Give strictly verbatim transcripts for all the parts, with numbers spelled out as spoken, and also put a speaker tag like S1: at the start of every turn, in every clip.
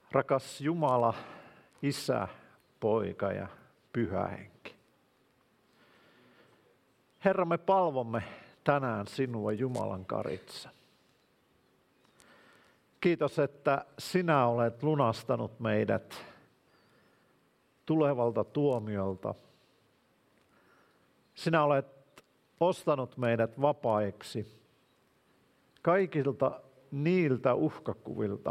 S1: Rakas Jumala, Isä, Poika ja Pyhä Henki. Herra, me palvomme tänään sinua, Jumalan Karitsa. Kiitos, että sinä olet lunastanut meidät tulevalta tuomiolta. Sinä olet ostanut meidät vapaiksi kaikilta niiltä uhkakuvilta,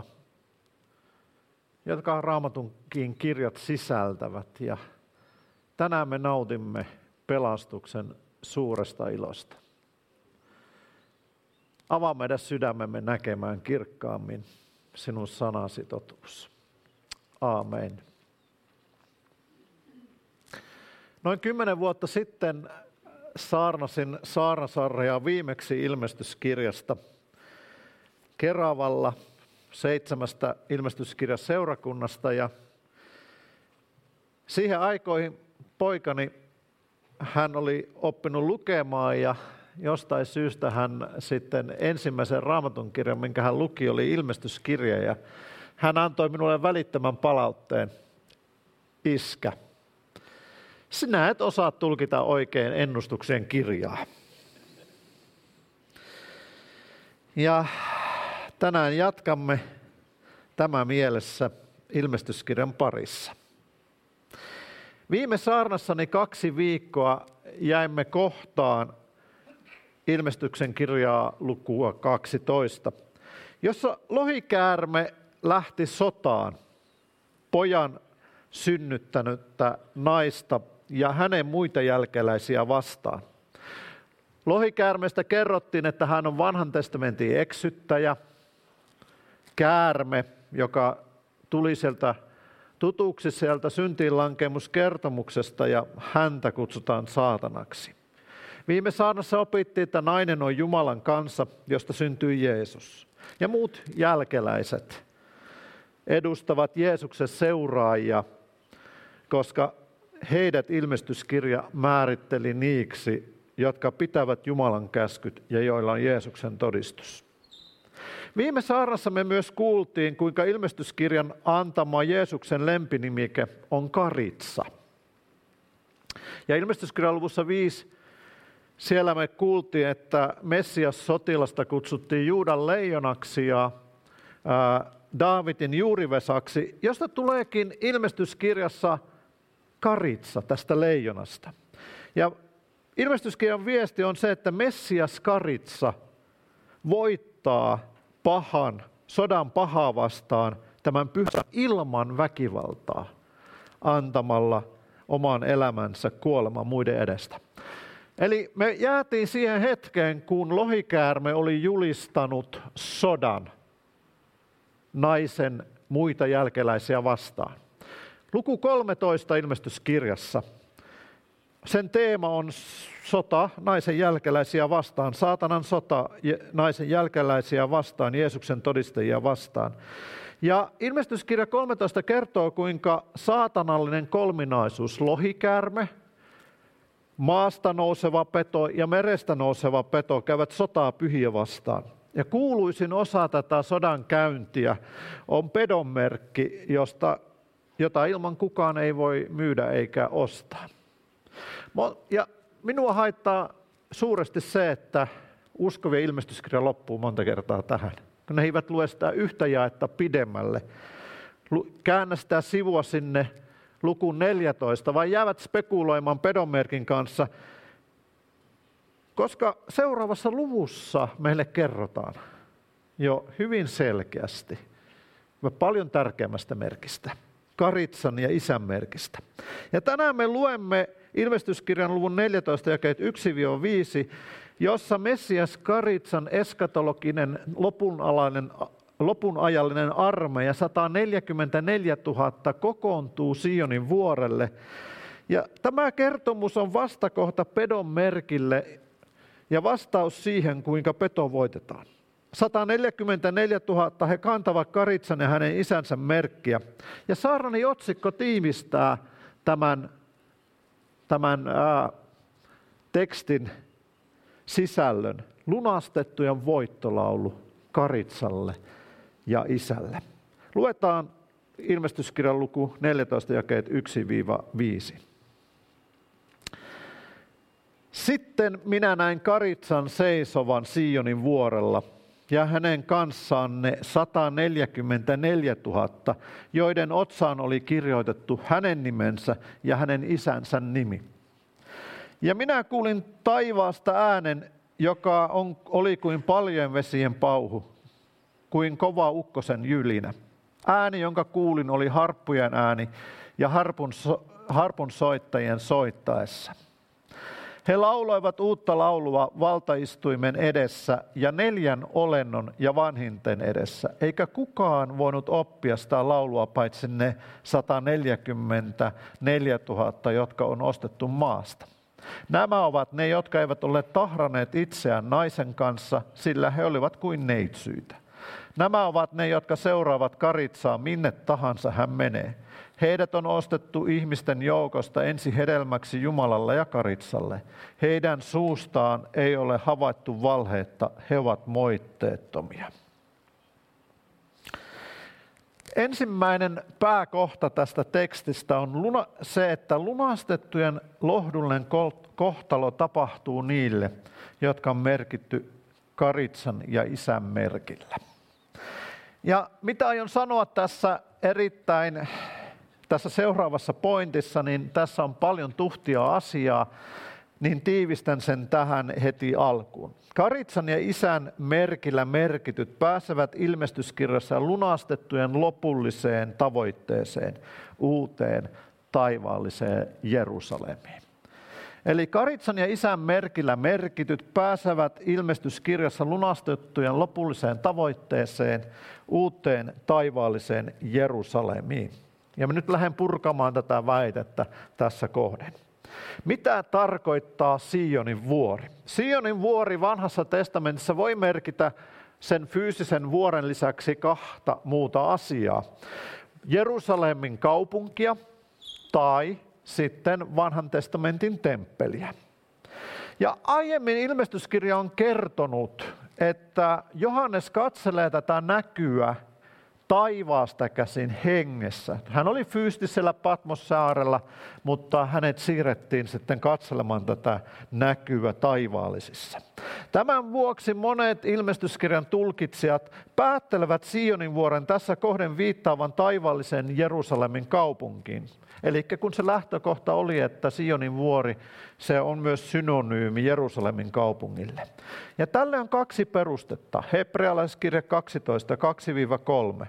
S1: jotka Raamatunkin kirjat sisältävät. Ja tänään me nautimme pelastuksen suuresta ilosta. Avaa meidän sydämemme näkemään kirkkaammin sinun sanasi totuus. Aamen. Noin kymmenen vuotta sitten saarnasin saarnasarjaa viimeksi ilmestyskirjasta Keravalla seitsemästä ilmestyskirjaseurakunnasta, ja siihen aikoihin poikani, hän oli oppinut lukemaan, ja jostain syystä hän sitten ensimmäisen Raamatun kirjan, minkä hän luki, oli ilmestyskirja, ja hän antoi minulle välittömän palautteen. Iskä, sinä et osaa tulkita oikein ennustuksien kirjaa. Ja tänään jatkamme tämä mielessä ilmestyskirjan parissa. Viime saarnassani kaksi viikkoa jäimme kohtaan ilmestyksen kirjaa lukua kaksitoista, jossa lohikäärme lähti sotaan pojan synnyttänyttä naista ja hänen muita jälkeläisiä vastaan. Lohikäärmeestä kerrottiin, että hän on vanhan testamentin eksyttäjä, käärme, joka tuli sieltä tutuksi sieltä syntiinlankemuskertomuksesta, ja häntä kutsutaan saatanaksi. Viime saarnassa opittiin, että nainen on Jumalan kansa, josta syntyi Jeesus. Ja muut jälkeläiset edustavat Jeesuksen seuraajia, koska heidät ilmestyskirja määritteli niiksi, jotka pitävät Jumalan käskyt ja joilla on Jeesuksen todistus. Viime saarnassa me myös kuultiin, kuinka ilmestyskirjan antama Jeesuksen lempinimike on Karitsa. Ja ilmestyskirjan luvussa viisi, siellä me kuultiin, että Messias-sotilasta kutsuttiin Juudan leijonaksi ja ää, Daavidin juurivesaksi, josta tuleekin ilmestyskirjassa Karitsa tästä leijonasta. Ja ilmestyskirjan viesti on se, että Messias Karitsa voittaa pahan, sodan pahaa vastaan tämän pyhän ilman väkivaltaa antamalla oman elämänsä kuoleman muiden edestä. Eli me jäätiin siihen hetkeen, kun lohikäärme oli julistanut sodan naisen muita jälkeläisiä vastaan. Luku kolmetoista ilmestyskirjassa. Sen teema on sota naisen jälkeläisiä vastaan, saatanan sota naisen jälkeläisiä vastaan, Jeesuksen todistajia vastaan. Ja ilmestyskirja kolmetoista kertoo, kuinka saatanallinen kolminaisuus, lohikäärme, maasta nouseva peto ja merestä nouseva peto käyvät sotaa pyhiä vastaan. Ja kuuluisin osa tätä sodan käyntiä on pedon merkki, josta, jota ilman kukaan ei voi myydä eikä ostaa. Ja minua haittaa suuresti se, että uskovien ilmestyskirja loppuu monta kertaa tähän. Ne eivät lue sitä yhtä jaetta pidemmälle. Käännä sitä sivua sinne lukuun neljätoista, vai jäävät spekuloimaan pedonmerkin kanssa, koska seuraavassa luvussa meille kerrotaan jo hyvin selkeästi paljon tärkeämmästä merkistä, Karitsan ja Isän merkista. Ja tänään me luemme ilmestyskirjan luvun neljätoista jakeet yksi viisi, jossa Messias Karitsan eskatologinen lopunalainen, lopunajallinen armeija sata neljäkymmentäneljätuhatta kokoontuu Sionin vuorelle. Ja tämä kertomus on vastakohta pedon merkille ja vastaus siihen, kuinka peto voitetaan. sata neljäkymmentäneljätuhatta he kantavat Karitsan ja hänen isänsä merkkiä. Ja saarnani otsikko tiivistää tämän, tämän ää, tekstin sisällön. Lunastettujen voittolaulu Karitsalle ja Isälle. Luetaan ilmestyskirjan luku neljätoista jakeet yksi viisi. Sitten minä näin Karitsan seisovan Sionin vuorella, ja hänen kanssaan ne sata neljäkymmentäneljätuhatta, joiden otsaan oli kirjoitettu hänen nimensä ja hänen isänsä nimi. Ja minä kuulin taivaasta äänen, joka on, oli kuin paljon vesien pauhu, kuin kova ukkosen jylinä. Ääni, jonka kuulin, oli harppujen ääni ja harpun, so, harpun soittajien soittaessa. He lauloivat uutta laulua valtaistuimen edessä ja neljän olennon ja vanhinten edessä, eikä kukaan voinut oppia sitä laulua paitsi ne sata neljäkymmentäneljätuhatta, jotka on ostettu maasta. Nämä ovat ne, jotka eivät ole tahraneet itseään naisen kanssa, sillä he olivat kuin neitsyitä. Nämä ovat ne, jotka seuraavat Karitsaa minne tahansa hän menee. Heidät on ostettu ihmisten joukosta ensi hedelmäksi Jumalalle ja Karitsalle. Heidän suustaan ei ole havaittu valheetta, he ovat moitteettomia. Ensimmäinen pääkohta tästä tekstistä on se, että lunastettujen lohdullinen kohtalo tapahtuu niille, jotka on merkitty Karitsan ja isän merkillä. Ja mitä aion sanoa tässä erittäin tässä seuraavassa pointissa, niin tässä on paljon tuhtia asiaa, niin tiivistän sen tähän heti alkuun. Karitsan ja isän merkillä merkityt pääsevät ilmestyskirjassa lunastettujen lopulliseen tavoitteeseen, uuteen taivaalliseen Jerusalemiin. Eli Karitsan ja isän merkillä merkityt pääsevät ilmestyskirjassa lunastettujen lopulliseen tavoitteeseen, uuteen taivaalliseen Jerusalemiin. Ja mä nyt lähden purkamaan tätä väitettä tässä kohden. Mitä tarkoittaa Sionin vuori? Sionin vuori vanhassa testamentissa voi merkitä sen fyysisen vuoren lisäksi kahta muuta asiaa. Jerusalemin kaupunkia tai sitten vanhan testamentin temppeliä. Ja aiemmin ilmestyskirja on kertonut, että Johannes katselee tätä näkyä taivaasta käsin hengessä. Hän oli fyysisellä Patmos-saarella, mutta hänet siirrettiin sitten katselemaan tätä näkyä taivaallisissa. Tämän vuoksi monet ilmestyskirjan tulkitsijat päättelevät Sionin vuoren tässä kohden viittaavan taivaallisen Jerusalemin kaupunkiin. Eli kun se lähtökohta oli, että Sionin vuori, se on myös synonyymi Jerusalemin kaupungille. Ja tälle on kaksi perustetta. Hebrealaiskirja kaksitoista, kaksi kolme.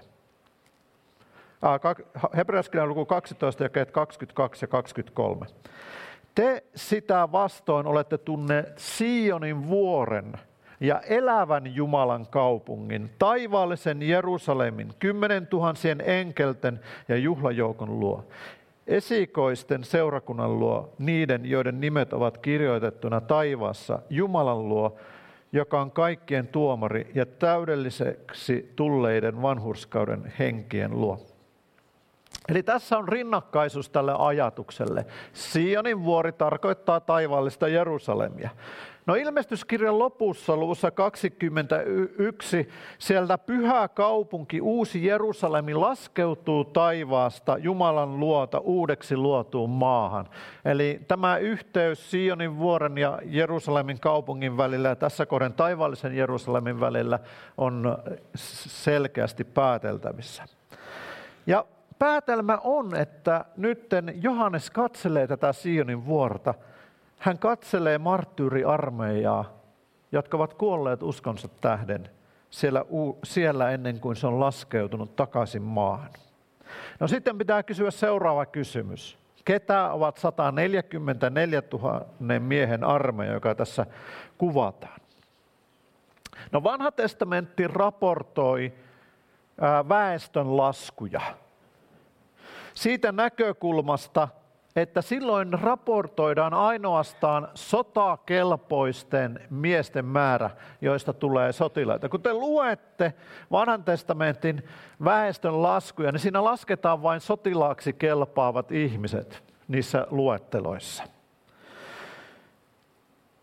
S1: Hebrealaiskirjan luku kaksitoista, jakeet kaksikymmentäkaksi ja kaksikymmentäkolme. Te sitä vastoin olette tunneet Sionin vuoren ja elävän Jumalan kaupungin, taivaallisen Jerusalemin, kymmenen tuhansien enkelten ja juhlajoukon luo. Esikoisten seurakunnan luo, niiden, joiden nimet ovat kirjoitettuna taivaassa, Jumalan luo, joka on kaikkien tuomari ja täydelliseksi tulleiden vanhurskauden henkien luo. Eli tässä on rinnakkaisuus tälle ajatukselle. Sionin vuori tarkoittaa taivaallista Jerusalemia. No ilmestyskirjan lopussa, luvussa kaksikymmentäyksi, sieltä pyhä kaupunki, uusi Jerusalemi, laskeutuu taivaasta Jumalan luota uudeksi luotuun maahan. Eli tämä yhteys Sionin vuoren ja Jerusalemin kaupungin välillä ja tässä kohden taivaallisen Jerusalemin välillä on selkeästi pääteltävissä. Ja päätelmä on, että nytten Johannes katselee tätä Sionin vuorta. Hän katselee marttyyriarmeijaa, jotka ovat kuolleet uskonsa tähden siellä, siellä ennen kuin se on laskeutunut takaisin maahan. No sitten pitää kysyä seuraava kysymys. Ketä ovat sata neljäkymmentäneljätuhatta miehen armeija, joka tässä kuvataan? No vanha testamentti raportoi väestön laskuja. Siitä näkökulmasta, että silloin raportoidaan ainoastaan sotakelpoisten miesten määrä, joista tulee sotilaita. Kun te luette vanhan testamentin väestön laskuja, niin siinä lasketaan vain sotilaaksi kelpaavat ihmiset niissä luetteloissa.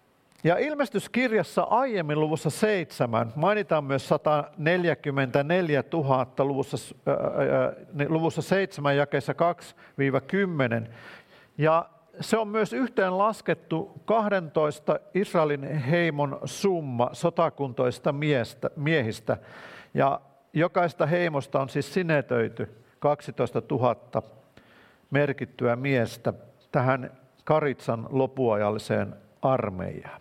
S1: Ja ilmestyskirjassa aiemmin luvussa seitsemän mainitaan myös sata neljäkymmentäneljätuhatta luvussa, äh, luvussa seitsemän jakeessa kaksi kymmenen. Ja se on myös yhteen laskettu kahdentoista Israelin heimon summa sotakuntoista miestä, miehistä. Ja jokaista heimosta on siis sinetöity kaksitoistatuhatta merkittyä miestä tähän Karitsan lopuajalliseen armeijaan.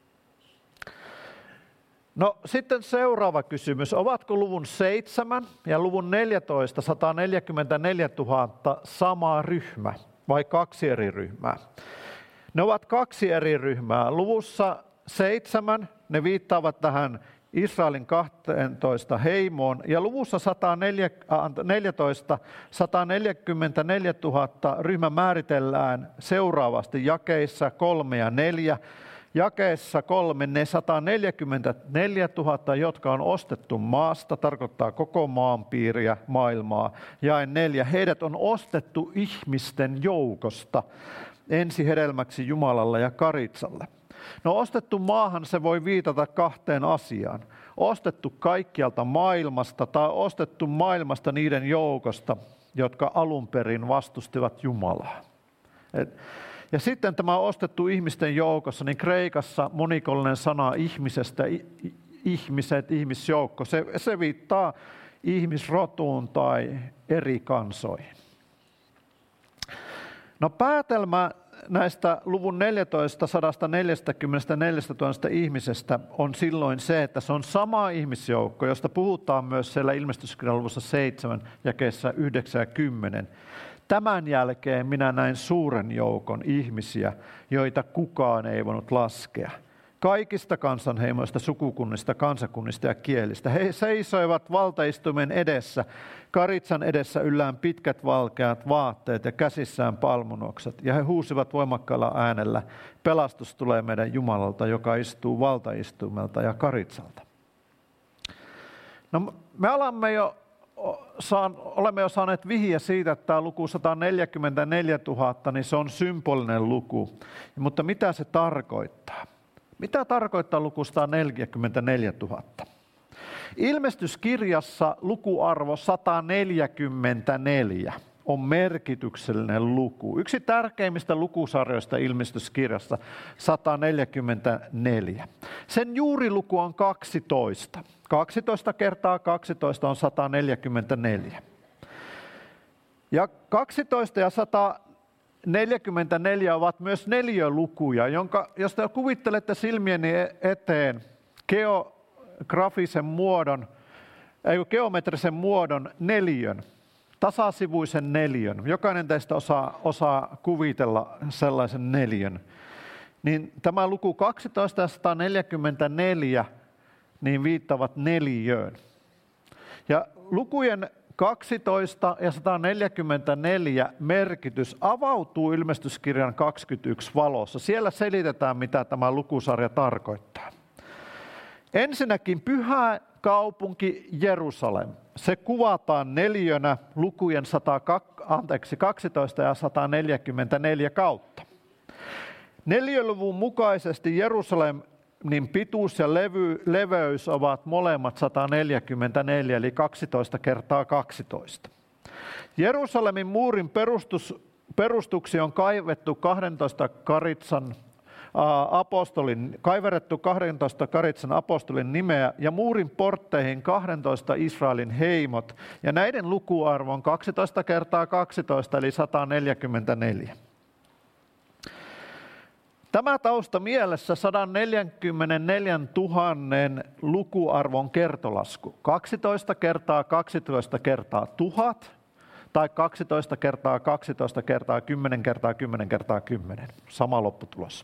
S1: No sitten seuraava kysymys. Ovatko luvun seitsemän ja luvun neljätoista sata neljäkymmentäneljätuhatta sama ryhmä vai kaksi eri ryhmää? Ne ovat kaksi eri ryhmää. Luvussa seitsemän ne viittaavat tähän Israelin kahteentoista heimoon ja luvussa sata neljätoista sata neljäkymmentäneljätuhatta ryhmä määritellään seuraavasti jakeissa kolme ja neljä. Jakeessa kolme ne sata neljäkymmentäneljätuhatta, jotka on ostettu maasta, tarkoittaa koko maanpiiriä, maailmaa. Jae neljä, heidät on ostettu ihmisten joukosta ensihedelmäksi Jumalalle ja Karitsalle. No ostettu maahan se voi viitata kahteen asiaan. Ostettu kaikkialta maailmasta tai ostettu maailmasta niiden joukosta, jotka alun perin vastustivat Jumalaa. Et, ja sitten tämä ostettu ihmisten joukossa, niin kreikassa monikollinen sana ihmisestä, ihmiset, ihmisjoukko, se, se viittaa ihmisrotuun tai eri kansoihin. No päätelmä näistä luvun neljätoista sata neljäkymmentäneljätuhatta ihmisestä on silloin se, että se on sama ihmisjoukko, josta puhutaan myös siellä ilmestyskirjan luvussa seitsemän jakeessa yhdeksän ja kymmenen. Tämän jälkeen minä näin suuren joukon ihmisiä, joita kukaan ei voinut laskea. Kaikista kansanheimoista, sukukunnista, kansakunnista ja kielistä. He seisoivat valtaistuimen edessä, Karitsan edessä yllään pitkät valkeat vaatteet ja käsissään palmunokset. Ja he huusivat voimakkaalla äänellä, pelastus tulee meidän Jumalalta, joka istuu valtaistuimelta ja Karitsalta. No, me alamme jo, saan, olemme jo saaneet vihje siitä, että tämä luku sata neljäkymmentäneljätuhatta, niin se on symbolinen luku. Mutta mitä se tarkoittaa? Mitä tarkoittaa luku sata neljäkymmentäneljätuhatta? Ilmestyskirjassa lukuarvo sata neljäkymmentäneljä on merkityksellinen luku. Yksi tärkeimmistä lukusarjoista ilmestyskirjassa sata neljäkymmentäneljä. Sen juuriluku on kaksitoista. kaksitoista kertaa kaksitoista on sata neljäkymmentäneljä. Ja kaksitoista ja sata neljäkymmentäneljä ovat myös neliölukuja, jonka, jos te kuvittelette silmieni eteen geografisen muodon, ei geometrisen muodon neliön, tasasivuisen neliön, jokainen teistä osaa, osaa kuvitella sellaisen neliön, niin tämä luku kaksitoista ja sata neljäkymmentäneljä niin viittavat neliöön. Ja lukujen kaksitoista ja sata neljäkymmentäneljä merkitys avautuu ilmestyskirjan kaksikymmentäyksi valossa. Siellä selitetään, mitä tämä lukusarja tarkoittaa. Ensinnäkin pyhä kaupunki Jerusalem. Se kuvataan neliönä lukujen sata, anteeksi, kaksitoista ja sata neljäkymmentäneljä kautta. Neliöluvun mukaisesti Jerusalem niin pituus ja levy, leveys ovat molemmat sata neljäkymmentäneljä, eli kaksitoista kertaa kaksitoista. Jerusalemin muurin perustus, perustuksi on kaivettu kahdentoista Karitsan apostolin, kaiverettu kahdentoista Karitsan apostolin nimeä ja muurin portteihin kahdentoista Israelin heimot. Ja näiden lukuarvo on kaksitoista kertaa kaksitoista, eli sata neljäkymmentäneljä. Tämä tausta mielessä sata neljäkymmentäneljätuhatta lukuarvon kertolasku. kaksitoista kertaa kaksitoista kertaa tuhat tai kaksitoista kertaa kaksitoista kertaa kymmenen kertaa kymmenen kertaa kymmenen. Sama lopputulos.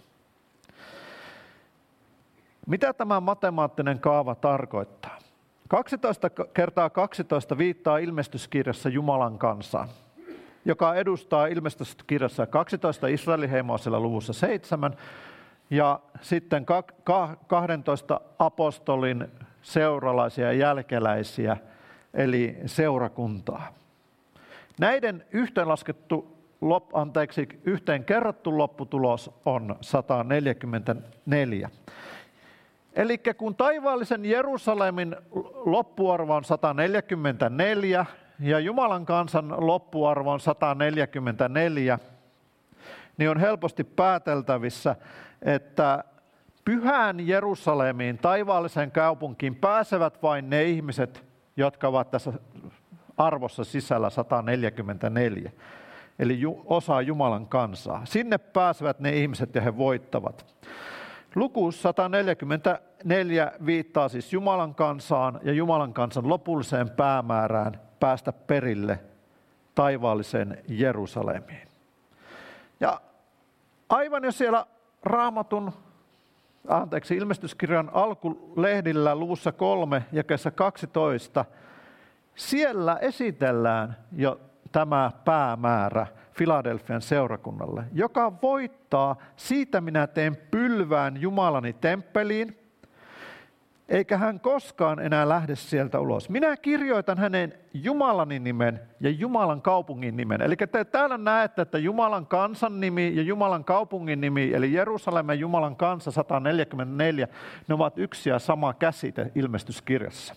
S1: Mitä tämä matemaattinen kaava tarkoittaa? kaksitoista kertaa kaksitoista viittaa ilmestyskirjassa Jumalan kansaan, joka edustaa ilmestyskirjassa kaksitoista Israelin heimoa siellä luvussa seitsemän ja sitten kahdentoista apostolin seuralaisia ja jälkeläisiä, eli seurakuntaa. Näiden yhteenlaskettu lop, anteeksi, yhteen kerrottu lopputulos on sata neljäkymmentäneljä. Eli kun taivaallisen Jerusalemin loppuarvo on sata neljäkymmentäneljä ja Jumalan kansan loppuarvo on sata neljäkymmentäneljä, niin on helposti pääteltävissä, että pyhään Jerusalemiin, taivaalliseen kaupunkiin, pääsevät vain ne ihmiset, jotka ovat tässä arvossa sisällä sata neljäkymmentäneljä, eli osa Jumalan kansaa. Sinne pääsevät ne ihmiset ja he voittavat. Luku sata neljäkymmentäneljä viittaa siis Jumalan kansaan ja Jumalan kansan lopulliseen päämäärään päästä perille taivaalliseen Jerusalemiin. Ja aivan jo siellä Raamatun, anteeksi, ilmestyskirjan alkulehdillä luvussa kolme jakeessa kaksitoista, siellä esitellään jo tämä päämäärä Filadelfian seurakunnalle, joka voittaa, siitä minä teen pylvään Jumalani temppeliin, eikä hän koskaan enää lähde sieltä ulos. Minä kirjoitan hänen Jumalani nimen ja Jumalan kaupungin nimen. Eli te täällä näette, että Jumalan kansan nimi ja Jumalan kaupungin nimi, eli Jerusalem ja Jumalan kansa sata neljäkymmentäneljä, ne ovat yksi ja sama käsite ilmestyskirjassa.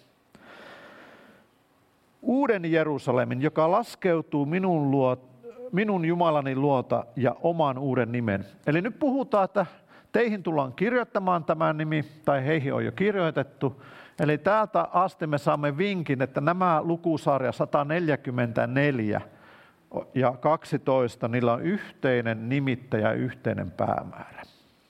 S1: Uuden Jerusalemin, joka laskeutuu minun, luo, minun Jumalani luota ja oman uuden nimen. Eli nyt puhutaan, että teihin tullaan kirjoittamaan tämä nimi, tai heihin on jo kirjoitettu. Eli täältä asti me saamme vinkin, että nämä lukusarja sata neljäkymmentäneljä ja kaksitoista, niillä on yhteinen nimittäjä ja yhteinen päämäärä.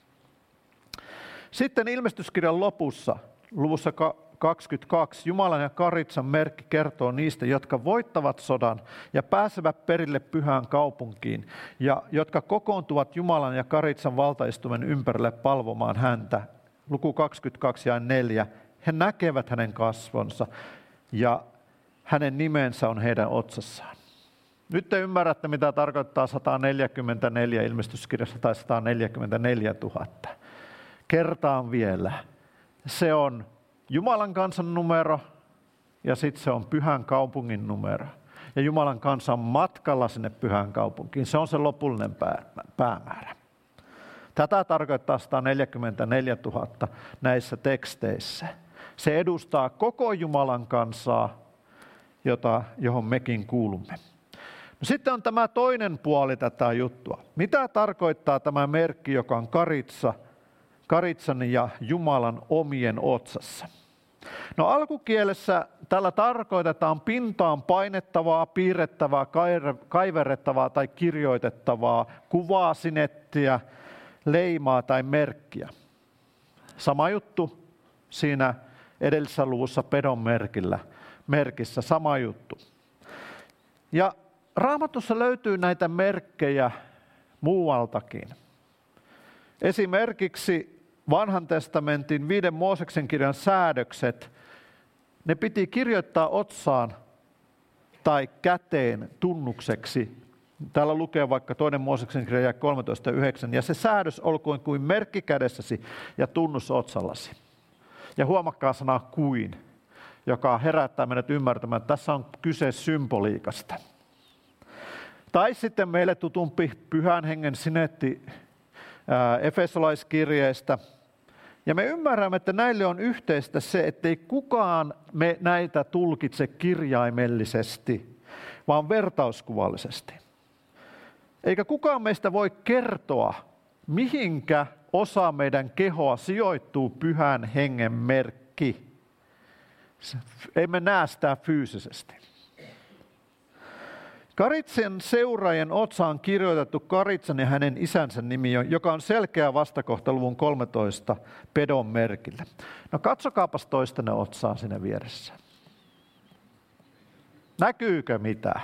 S1: Sitten ilmestyskirjan lopussa, luvussa kaksikymmentäkaksi, Jumalan ja Karitsan merkki kertoo niistä, jotka voittavat sodan ja pääsevät perille pyhään kaupunkiin, ja jotka kokoontuvat Jumalan ja Karitsan valtaistumen ympärille palvomaan häntä. Luku kaksikymmentäkaksi ja neljä. He näkevät hänen kasvonsa, ja hänen nimensä on heidän otsassaan. Nyt te ymmärrätte, mitä tarkoittaa sata neljäkymmentäneljä ilmestyskirjassa tai sata neljäkymmentäneljätuhatta. Kertaan vielä. Se on Jumalan kansan numero ja sitten se on pyhän kaupungin numero. Ja Jumalan kansa on matkalla sinne pyhään kaupunkiin. Se on se lopullinen päämäärä. Tätä tarkoittaa sata neljäkymmentäneljätuhatta näissä teksteissä. Se edustaa koko Jumalan kansaa, jota, johon mekin kuulumme. No sitten on tämä toinen puoli tätä juttua. Mitä tarkoittaa tämä merkki, joka on karitsa, karitsan ja Jumalan omien otsassa? No alkukielessä tällä tarkoitetaan pintaan painettavaa, piirrettävää, kaiverrettavaa tai kirjoitettavaa, kuvaa, sinettiä, leimaa tai merkkiä. Sama juttu siinä edellisessä luvussa pedon merkillä, merkissä, sama juttu. Ja Raamatussa löytyy näitä merkkejä muualtakin. Esimerkiksi Vanhan testamentin viiden Mooseksen kirjan säädökset, ne piti kirjoittaa otsaan tai käteen tunnukseksi. Täällä lukee vaikka toinen Mooseksen kirja kolmetoista yhdeksän, ja se säädös olkoon kuin merkki kädessäsi ja tunnus otsallasi. Ja huomakkaa sanaa kuin, joka herättää meidät ymmärtämään, että tässä on kyse symboliikasta. Tai sitten meille tutumpi Pyhän Hengen sinetti ää, Efesolaiskirjeestä. Ja me ymmärrämme, että näille on yhteistä se, ettei kukaan me näitä tulkitse kirjaimellisesti, vaan vertauskuvallisesti. Eikä kukaan meistä voi kertoa, mihinkä osa meidän kehoa sijoittuu Pyhän Hengen merkki. Emme näe sitä fyysisesti. Karitsan seuraajien otsaan kirjoitettu Karitsan ja hänen isänsä nimi, joka on selkeä vastakohta luvun kolmetoista pedon merkillä. No katsokaapas toistenne otsaan sinne vieressä. Näkyykö mitään?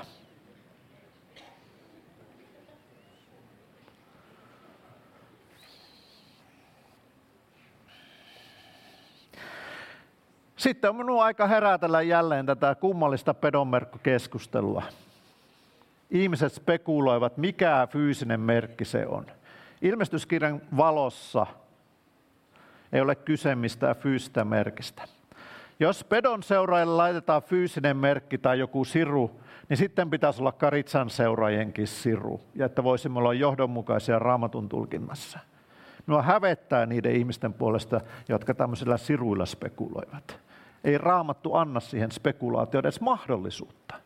S1: Sitten on minun aika herätellä jälleen tätä kummallista pedonmerkkikeskustelua. Ihmiset spekuloivat, mikä fyysinen merkki se on. Ilmestyskirjan valossa ei ole kyse mistään fyysistä merkistä. Jos pedon seuraajille laitetaan fyysinen merkki tai joku siru, niin sitten pitäisi olla Karitsan seuraajienkin siru, ja että voisimme olla johdonmukaisia Raamatun tulkinnassa. Minua hävettää niiden ihmisten puolesta, jotka tämmöisillä siruilla spekuloivat. Ei Raamattu anna siihen spekulaatioon edes mahdollisuutta.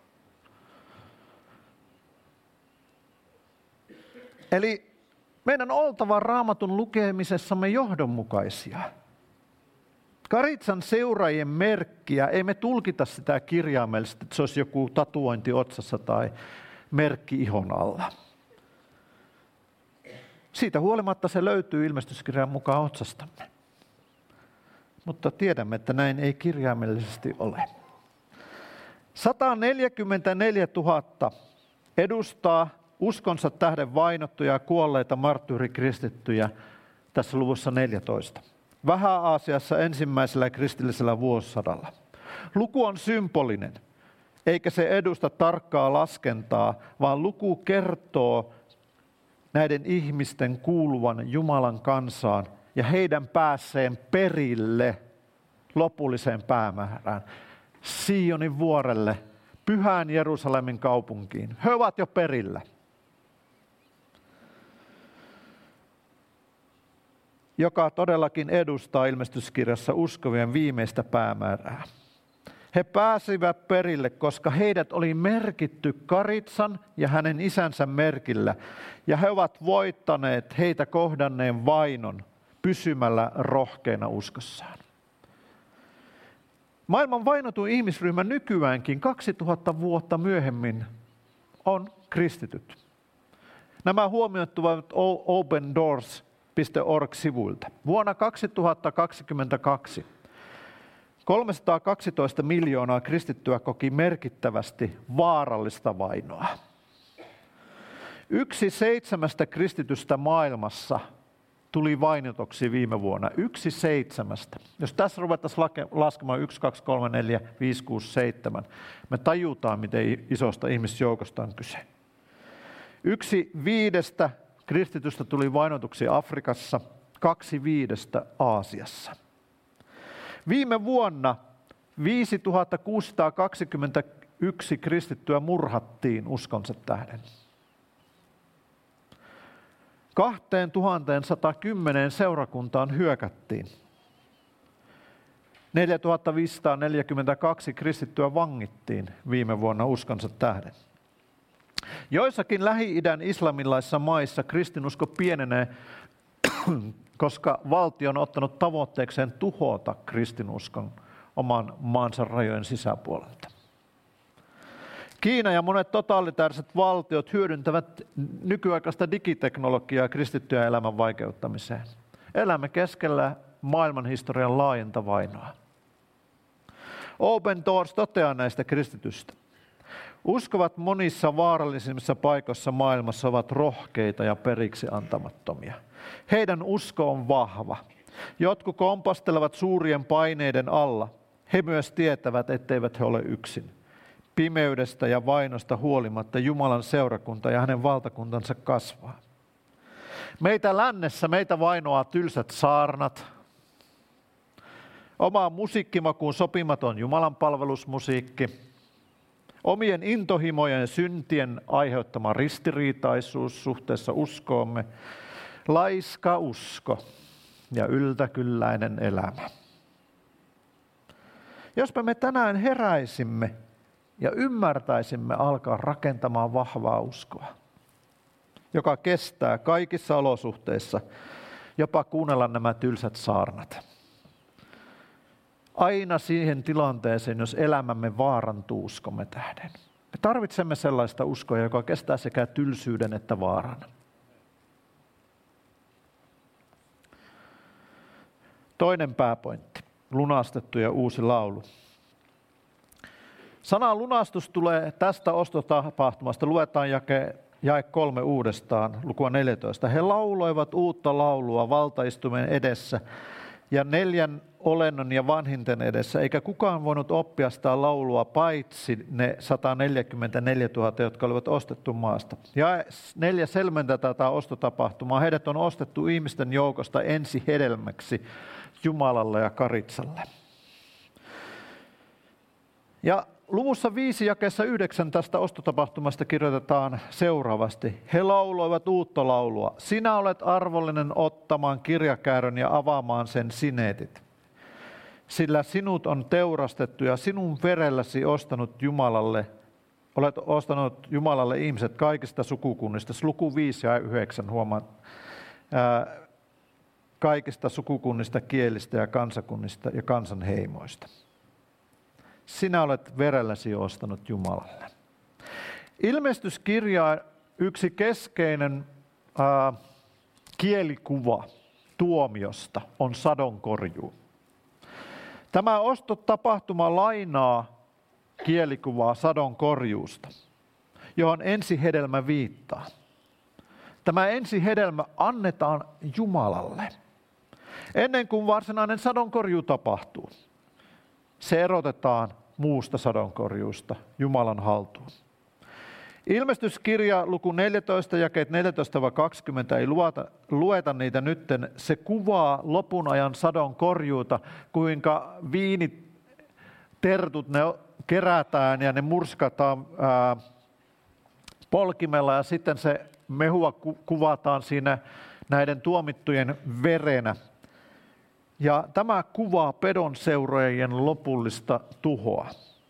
S1: Eli meidän on oltava Raamatun lukemisessamme johdonmukaisia. Karitsan seuraajien merkkiä, ei me tulkita sitä kirjaimellisesti, että se olisi joku tatuointi otsassa tai merkki ihon alla. Siitä huolimatta se löytyy ilmestyskirjan mukaan otsastamme. Mutta tiedämme, että näin ei kirjaimellisesti ole. sata neljäkymmentäneljätuhatta edustaa uskonsa tähden vainottuja ja kuolleita marttyyrikristittyjä tässä luvussa neljätoista. Vähä-Aasiassa ensimmäisellä kristillisellä vuosisadalla. Luku on symbolinen, eikä se edusta tarkkaa laskentaa, vaan luku kertoo näiden ihmisten kuuluvan Jumalan kansaan ja heidän päässeen perille lopulliseen päämäärään, Sionin vuorelle, pyhään Jerusalemin kaupunkiin. He ovat jo perillä. Joka todellakin edustaa ilmestyskirjassa uskovien viimeistä päämäärää. He pääsivät perille, koska heidät oli merkitty Karitsan ja hänen isänsä merkillä, ja he ovat voittaneet heitä kohdanneen vainon pysymällä rohkeina uskossaan. Maailman vainotun ihmisryhmä nykyäänkin kaksituhatta vuotta myöhemmin on kristityt. Nämä huomioituvat open doors piste org-sivuilta. Vuonna kaksituhattakaksikymmentäkaksi kolmesataakaksitoista miljoonaa kristittyä koki merkittävästi vaarallista vainoa. Yksi seitsemästä kristitystä maailmassa tuli vainotoksi viime vuonna. Yksi seitsemästä. Jos tässä ruvettaisiin laskemaan yksi, kaksi, kolme, neljä, viisi, kuusi, seitsemän, me tajutaan, miten isosta ihmisjoukosta on kyse. Yksi viidestä kristitystä tuli vainotuksi Afrikassa, kaksi viidestä Aasiassa. Viime vuonna viisituhatta kuusisataakaksikymmentäyksi kristittyä murhattiin uskonsa tähden. kaksituhattasatakymmentä seurakuntaan hyökättiin. neljätuhatta viisisataaneljäkymmentäkaksi kristittyä vangittiin viime vuonna uskonsa tähden. Joissakin Lähi-idän islamilaisissa maissa kristinusko pienenee, koska valtio on ottanut tavoitteekseen tuhota kristinuskon oman maansa rajojen sisäpuolelta. Kiina ja monet totalitaariset valtiot hyödyntävät nykyaikaista digiteknologiaa kristittyjen elämän vaikeuttamiseen. Elämme keskellä maailmanhistorian laajenta vainoa. Open Doors toteaa näistä kristitystä. Uskovat monissa vaarallisimmissa paikoissa maailmassa ovat rohkeita ja periksi antamattomia. Heidän usko on vahva. Jotkut kompastelevat suurien paineiden alla. He myös tietävät, etteivät he ole yksin. Pimeydestä ja vainosta huolimatta Jumalan seurakunta ja hänen valtakuntansa kasvaa. Meitä lännessä, meitä vainoaa tylsät saarnat. Omaan musiikkimakuun sopimaton jumalanpalvelusmusiikki. Omien intohimojen ja syntien aiheuttama ristiriitaisuus suhteessa uskoomme. Laiska usko ja yltäkylläinen elämä. Jos me tänään heräisimme ja ymmärtäisimme alkaa rakentamaan vahvaa uskoa, joka kestää kaikissa olosuhteissa, jopa kuunnella nämä tylsät saarnat. Aina siihen tilanteeseen, jos elämämme vaarantuu uskomme tähden. Me tarvitsemme sellaista uskoa, joka kestää sekä tylsyyden että vaaran. Toinen pääpointti, lunastettu ja uusi laulu. Sana lunastus tulee tästä ostotapahtumasta. Luetaan jake, jae kolme uudestaan, lukua neljätoista. He lauloivat uutta laulua valtaistuimen edessä ja neljän olennon ja vanhinten edessä, eikä kukaan voinut oppia sitä laulua paitsi ne sata neljäkymmentäneljätuhatta, jotka olivat ostettu maasta. Ja neljä selventää tätä ostotapahtumaa. Heidät on ostettu ihmisten joukosta ensi hedelmäksi Jumalalle ja Karitsalle. Ja luvussa viisi jakeessa yhdeksän tästä ostotapahtumasta kirjoitetaan seuraavasti. He lauloivat uutta laulua. Sinä olet arvollinen ottamaan kirjakäärön ja avaamaan sen sineetit. Sillä sinut on teurastettu ja sinun verelläsi ostanut Jumalalle, olet ostanut Jumalalle ihmiset kaikista sukukunnista. Luku viisi ja yhdeksän huomaat. Ää, kaikista sukukunnista, kielistä ja kansakunnista ja kansanheimoista. Sinä olet verelläsi ostanut Jumalalle. Ilmestyskirja yksi keskeinen ää, kielikuva tuomiosta on sadonkorjuu. Tämä ostotapahtuma lainaa kielikuvaa sadonkorjuusta, johon ensihedelmä viittaa. Tämä ensihedelmä annetaan Jumalalle ennen kuin varsinainen sadonkorjuu tapahtuu. Se erotetaan muusta sadonkorjuusta Jumalan haltuun. Ilmestyskirja luku neljätoista, jakeet neljätoista kaksikymmentä, ei lueta, lueta niitä nytten. Se kuvaa lopun ajan sadonkorjuuta, kuinka viinitertut ne kerätään ja ne murskataan ää, polkimella ja sitten se mehua ku, kuvataan siinä näiden tuomittujen verenä. Ja tämä kuvaa pedonseuraajien lopullista tuhoa.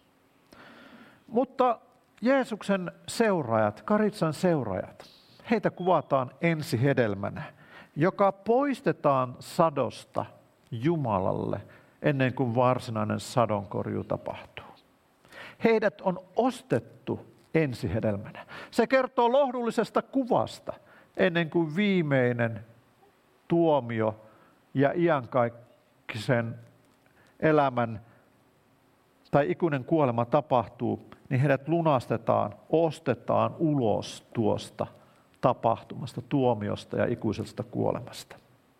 S1: Mutta Jeesuksen seuraajat, Karitsan seuraajat, heitä kuvataan ensihedelmänä, joka poistetaan sadosta Jumalalle ennen kuin varsinainen sadonkorjuu tapahtuu. Heidät on ostettu ensihedelmänä. Se kertoo lohdullisesta kuvasta ennen kuin viimeinen tuomio ja iankaikkisen elämän tai ikuinen kuolema tapahtuu, niin heidät lunastetaan, ostetaan ulos tuosta tapahtumasta, tuomiosta ja ikuisesta kuolemasta.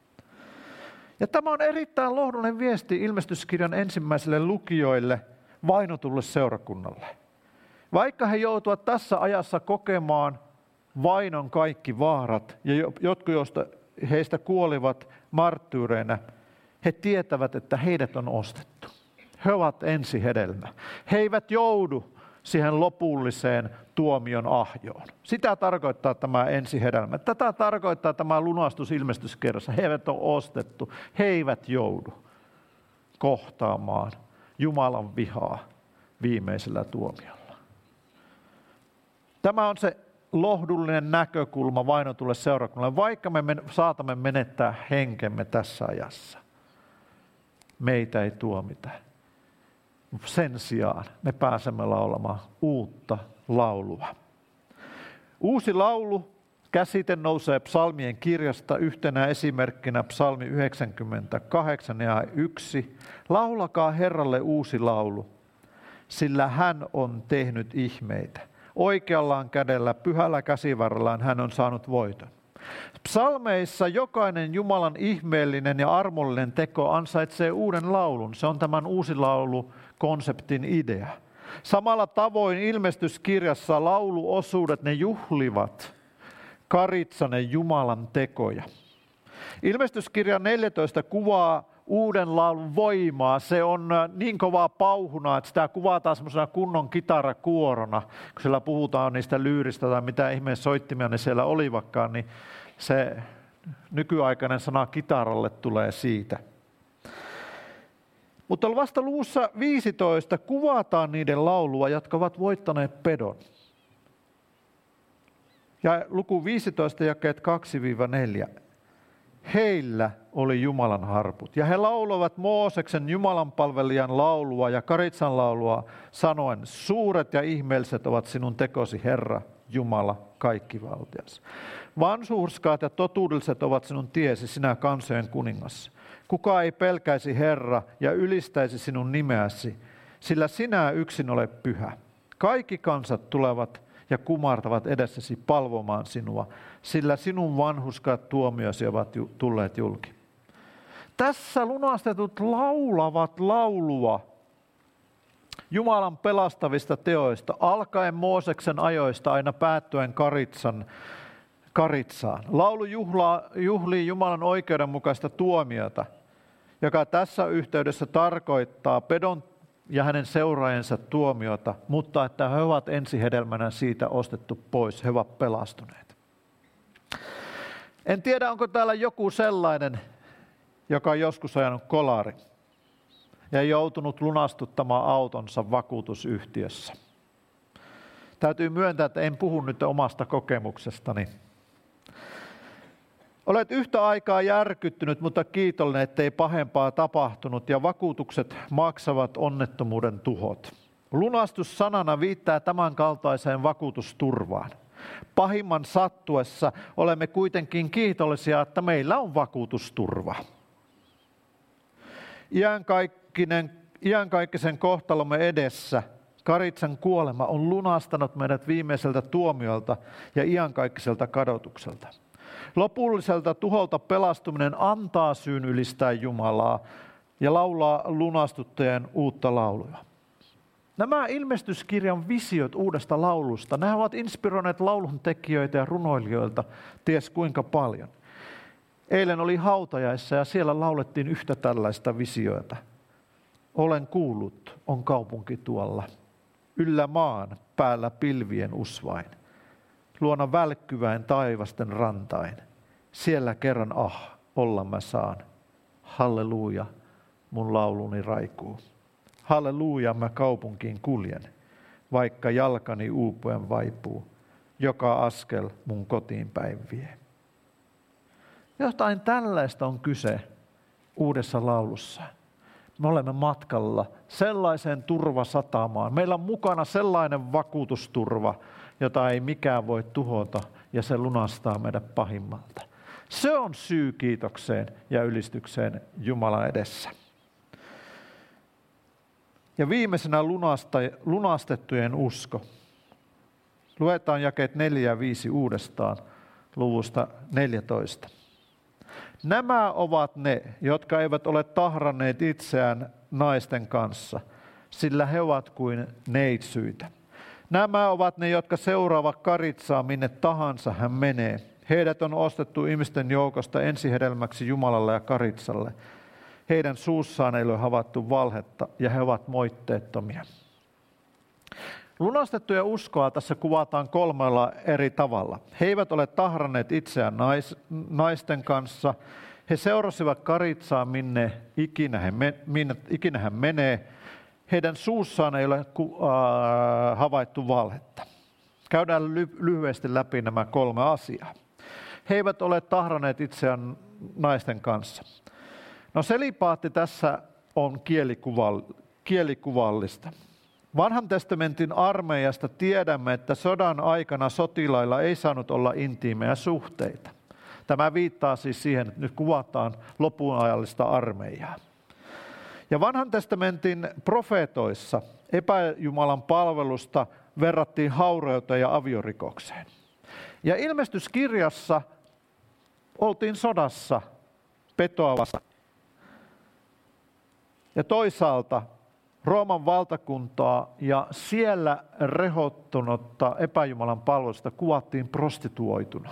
S1: Ja tämä on erittäin lohdullinen viesti ilmestyskirjan ensimmäisille lukijoille, vainotulle seurakunnalle. Vaikka he joutuvat tässä ajassa kokemaan vainon kaikki vaarat, ja jotkut joista heistä kuolivat marttyyreinä, he tietävät, että heidät on ostettu. He ovat ensihedelmä. He eivät joudu siihen lopulliseen tuomion ahjoon. Sitä tarkoittaa tämä ensihedelmä. Tätä tarkoittaa tämä lunastus ilmestyskirjassa. He eivät ole ostettu. He eivät joudu kohtaamaan Jumalan vihaa viimeisellä tuomiolla. Tämä on se lohdullinen näkökulma vainotulle seurakunnalle, vaikka me saatamme menettää henkemme tässä ajassa. Meitä ei tuomita. Sen sijaan me pääsemme laulamaan uutta laulua. Uusi laulu käsite nousee psalmien kirjasta yhtenä esimerkkinä psalmi yhdeksänkymmentäkahdeksan ja yksi. Laulakaa Herralle uusi laulu, sillä hän on tehnyt ihmeitä. Oikeallaan kädellä, pyhällä käsivarrellaan hän on saanut voiton. Psalmeissa jokainen Jumalan ihmeellinen ja armollinen teko ansaitsee uuden laulun. Se on tämän uusi laulu-konseptin idea. Samalla tavoin ilmestyskirjassa lauluosuudet, ne juhlivat Karitsanen Jumalan tekoja. Ilmestyskirja neljätoista kuvaa uuden laulun voimaa. Se on niin kovaa pauhuna, että sitä kuvataan semmoisena kunnon kitarakuorona. Kun siellä puhutaan niistä lyyristä tai mitä ihmeen soittimia ne siellä olivatkaan, niin se nykyaikainen sana kitaralle tulee siitä. Mutta vasta luvussa viisitoista kuvataan niiden laulua, jotka ovat voittaneet pedon. Ja luku viisitoista jakeet kaksi neljä. Heillä oli Jumalan harput, ja he lauloivat Mooseksen Jumalan palvelijan laulua ja Karitsan laulua, sanoen, suuret ja ihmeelliset ovat sinun tekosi, Herra, Jumala, kaikkivaltias. Vanhurskaat ja totuudelliset ovat sinun tiesi, sinä kansojen kuningas. Kuka ei pelkäisi Herra ja ylistäisi sinun nimeäsi, sillä sinä yksin olet pyhä. Kaikki kansat tulevat ja kumartavat edessäsi palvomaan sinua, sillä sinun vanhurskaat tuomiosi ovat tulleet julki. Tässä lunastetut laulavat laulua Jumalan pelastavista teoista, alkaen Mooseksen ajoista aina päättyen Karitsan, Karitsaan. Laulu juhlaa, juhlii Jumalan oikeudenmukaista tuomiota, joka tässä yhteydessä tarkoittaa pedon ja hänen seuraajansa tuomiota, mutta että he ovat ensihedelmänä siitä ostettu pois, he ovat pelastuneet. En tiedä, onko täällä joku sellainen, joka on joskus ajanut kolari ja joutunut lunastuttamaan autonsa vakuutusyhtiössä. Täytyy myöntää, että en puhu nyt omasta kokemuksestani. Olet yhtä aikaa järkyttynyt, mutta kiitollinen, ettei pahempaa tapahtunut ja vakuutukset maksavat onnettomuuden tuhot. Lunastus sanana viittaa tämän kaltaiseen vakuutusturvaan. Pahimman sattuessa olemme kuitenkin kiitollisia, että meillä on vakuutusturva. Iankaikkinen, iankaikkisen kohtalomme edessä Karitsan kuolema on lunastanut meidät viimeiseltä tuomiolta ja iankaikkiselta kadotukselta. Lopulliselta tuholta pelastuminen antaa syyn ylistää Jumalaa ja laulaa lunastuttajien uutta laulua. Nämä ilmestyskirjan visiot uudesta laulusta, nämä ovat inspiroineet laulun tekijöitä ja runoilijoilta ties kuinka paljon. Eilen oli hautajaissa ja siellä laulettiin yhtä tällaista visioita. Olen kuullut, on kaupunki tuolla, yllä maan, päällä pilvien usvain. Luona välkkyväin taivasten rantain. Siellä kerran ah, olla mä saan. Halleluja, mun lauluni raikuu. Halleluja, mä kaupunkiin kuljen, vaikka jalkani uupuen vaipuu. Joka askel mun kotiin päin vie. Jotain tällaista on kyse uudessa laulussa. Me olemme matkalla sellaiseen turvasatamaan. Meillä on mukana sellainen vakuutusturva, jota ei mikään voi tuhota, ja se lunastaa meidät pahimmalta. Se on syy kiitokseen ja ylistykseen Jumalan edessä. Ja viimeisenä lunasta, lunastettujen usko. Luetaan jakeet neljä ja viisi uudestaan luvusta neljätoista. Nämä ovat ne, jotka eivät ole tahranneet itseään naisten kanssa, sillä he ovat kuin neitsyitä. Nämä ovat ne, jotka seuraavat Karitsaa minne tahansa hän menee. Heidät on ostettu ihmisten joukosta ensihedelmäksi Jumalalle ja Karitsalle. Heidän suussaan ei ole havaittu valhetta ja he ovat moitteettomia. Lunastettuja uskoa tässä kuvataan kolmella eri tavalla. He eivät ole tahranneet itseään nais, naisten kanssa. He seurasivat Karitsaa minne ikinä, he, minne ikinä hän menee. Heidän suussaan ei ole äh, havaittu valhetta. Käydään ly- lyhyesti läpi nämä kolme asiaa. He eivät ole tahranneet itseään naisten kanssa. No selipaatti tässä on kielikuval- kielikuvallista. Vanhan testamentin armeijasta tiedämme, että sodan aikana sotilailla ei saanut olla intiimejä suhteita. Tämä viittaa siis siihen, että nyt kuvataan lopunajallista armeijaa. Ja vanhan testamentin profeetoissa epäjumalan palvelusta verrattiin haureuteen ja aviorikokseen. Ja ilmestyskirjassa oltiin sodassa, petoavassa. Ja toisaalta Rooman valtakuntaa ja siellä rehottunutta epäjumalan palvelusta kuvattiin prostituoituna.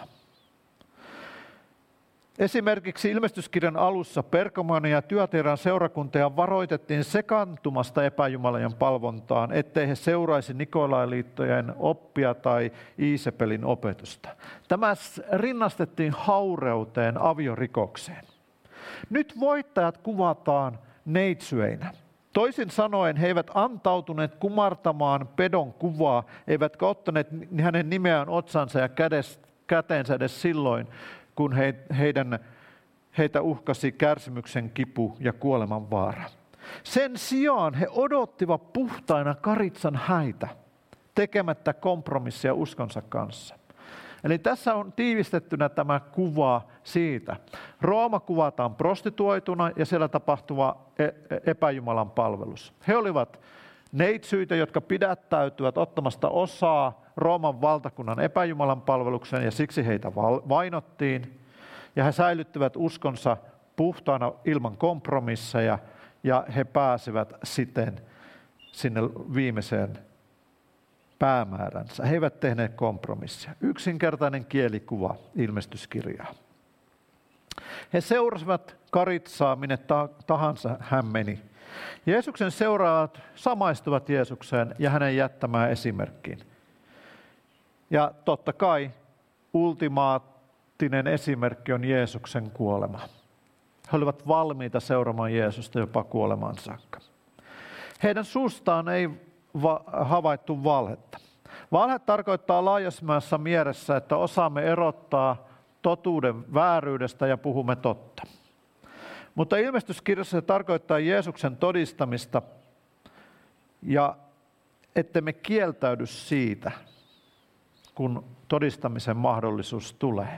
S1: Esimerkiksi ilmestyskirjan alussa Pergamonin ja Thyatiran seurakuntia varoitettiin sekaantumasta epäjumalien palvontaan, ettei he seuraisi Nikolailiittojen oppia tai Iisepelin opetusta. Tämä rinnastettiin haureuteen, aviorikokseen. Nyt voittajat kuvataan neitsyeinä. Toisin sanoen he eivät antautuneet kumartamaan pedon kuvaa, eivätkä ottaneet hänen nimeään otsansa ja käteensä edes silloin, kun he, heidän, heitä uhkasi kärsimyksen kipu ja kuoleman vaara. Sen sijaan he odottivat puhtaina Karitsan häitä, tekemättä kompromissia uskonsa kanssa. Eli tässä on tiivistettynä tämä kuva siitä. Rooma kuvataan prostituoituna ja siellä tapahtuva epäjumalan palvelus. He olivat neitsyitä, jotka pidättäytyvät ottamasta osaa Rooman valtakunnan epäjumalan palvelukseen ja siksi heitä vainottiin. Ja he säilyttivät uskonsa puhtaana ilman kompromisseja ja he pääsivät siten sinne viimeiseen päämääränsä. He eivät tehneet kompromissia. Yksinkertainen kielikuva ilmestyskirjaa. He seurasivat Karitsaa minne tahansa hän meni. Jeesuksen seuraajat samaistuvat Jeesukseen ja hänen jättämään esimerkkiin. Ja totta kai ultimaattinen esimerkki on Jeesuksen kuolema. He olivat valmiita seuraamaan Jeesusta jopa kuolemaan saakka. Heidän suustaan ei va- havaittu valhetta. Valhe tarkoittaa laajassa mielessä, että osaamme erottaa totuuden vääryydestä ja puhumme totta. Mutta ilmestyskirjassa se tarkoittaa Jeesuksen todistamista ja ettemme kieltäydy siitä, kun todistamisen mahdollisuus tulee.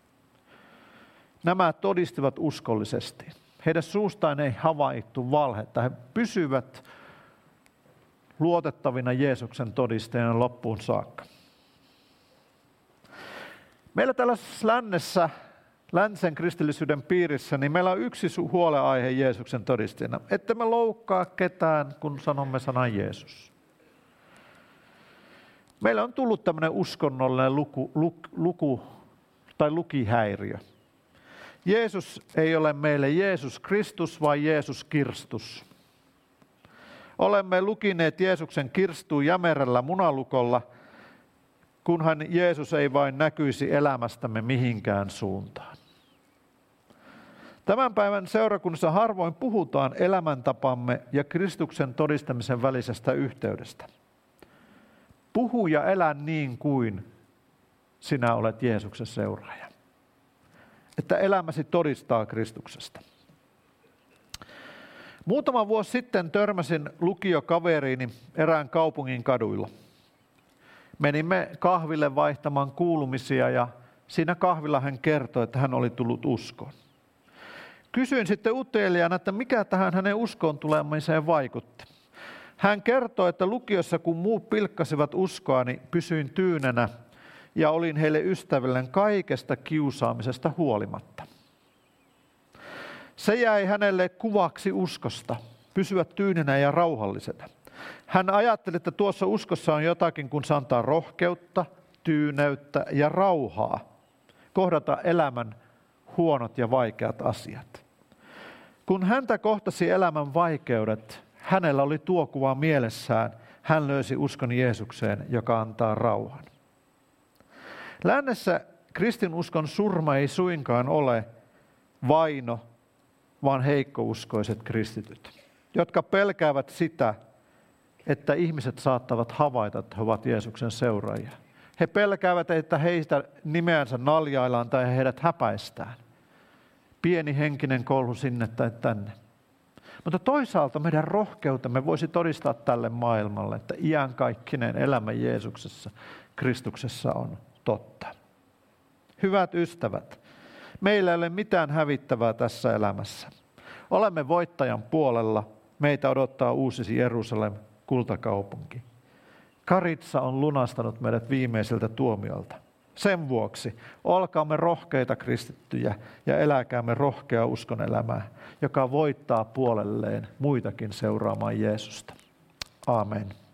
S1: Nämä todistivat uskollisesti. Heidän suustaan ei havaittu valhetta. He pysyvät luotettavina Jeesuksen todistajana loppuun saakka. Meillä täällä lännessä, länsen kristillisyyden piirissä, niin meillä on yksi huolenaihe Jeesuksen todistajana. Että me loukkaa ketään, kun sanomme sanan Jeesus. Meillä on tullut tämmöinen uskonnollinen luku, luku, luku tai lukihäiriö. Jeesus ei ole meille Jeesus Kristus, vaan Jeesus Kirstus. Olemme lukineet Jeesuksen kirstuun jämerällä munalukolla, kunhan Jeesus ei vain näkyisi elämästämme mihinkään suuntaan. Tämän päivän seurakunnassa harvoin puhutaan elämäntapamme ja Kristuksen todistamisen välisestä yhteydestä. Puhu ja elä niin kuin sinä olet Jeesuksen seuraaja. Että elämäsi todistaa Kristuksesta. Muutama vuosi sitten törmäsin lukiokaveriini erään kaupungin kaduilla. Menimme kahville vaihtamaan kuulumisia ja siinä kahvilla hän kertoi, että hän oli tullut uskoon. Kysyin sitten uteliaana, että mikä tähän hänen uskoon tulemiseen vaikutti. Hän kertoi, että lukiossa kun muut pilkkasivat uskoa, niin pysyin tyynenä ja olin heille ystävällinen kaikesta kiusaamisesta huolimatta. Se jäi hänelle kuvaksi uskosta, pysyä tyynenä ja rauhallisena. Hän ajatteli, että tuossa uskossa on jotakin, kun se antaa rohkeutta, tyyneyttä ja rauhaa kohdata elämän huonot ja vaikeat asiat. Kun häntä kohtasi elämän vaikeudet, hänellä oli tuo kuva mielessään. Hän löysi uskon Jeesukseen, joka antaa rauhan. Lännessä kristinuskon surma ei suinkaan ole vaino, vaan heikkouskoiset kristityt, jotka pelkäävät sitä, että ihmiset saattavat havaita, että he ovat Jeesuksen seuraajia. He pelkäävät, että heistä nimeänsä naljaillaan tai heidät häpäistään. Pieni henkinen kolhu sinne tai tänne. Mutta toisaalta meidän rohkeutemme voisi todistaa tälle maailmalle, että iankaikkinen elämä Jeesuksessa, Kristuksessa on totta. Hyvät ystävät, meillä ei ole mitään hävittävää tässä elämässä. Olemme voittajan puolella, meitä odottaa uusi Jerusalem, kultakaupunki. Karitsa on lunastanut meidät viimeiseltä tuomiolta. Sen vuoksi olkaamme rohkeita kristittyjä ja eläkäämme rohkeaa uskon elämää, joka voittaa puolelleen muitakin seuraamaan Jeesusta. Aamen.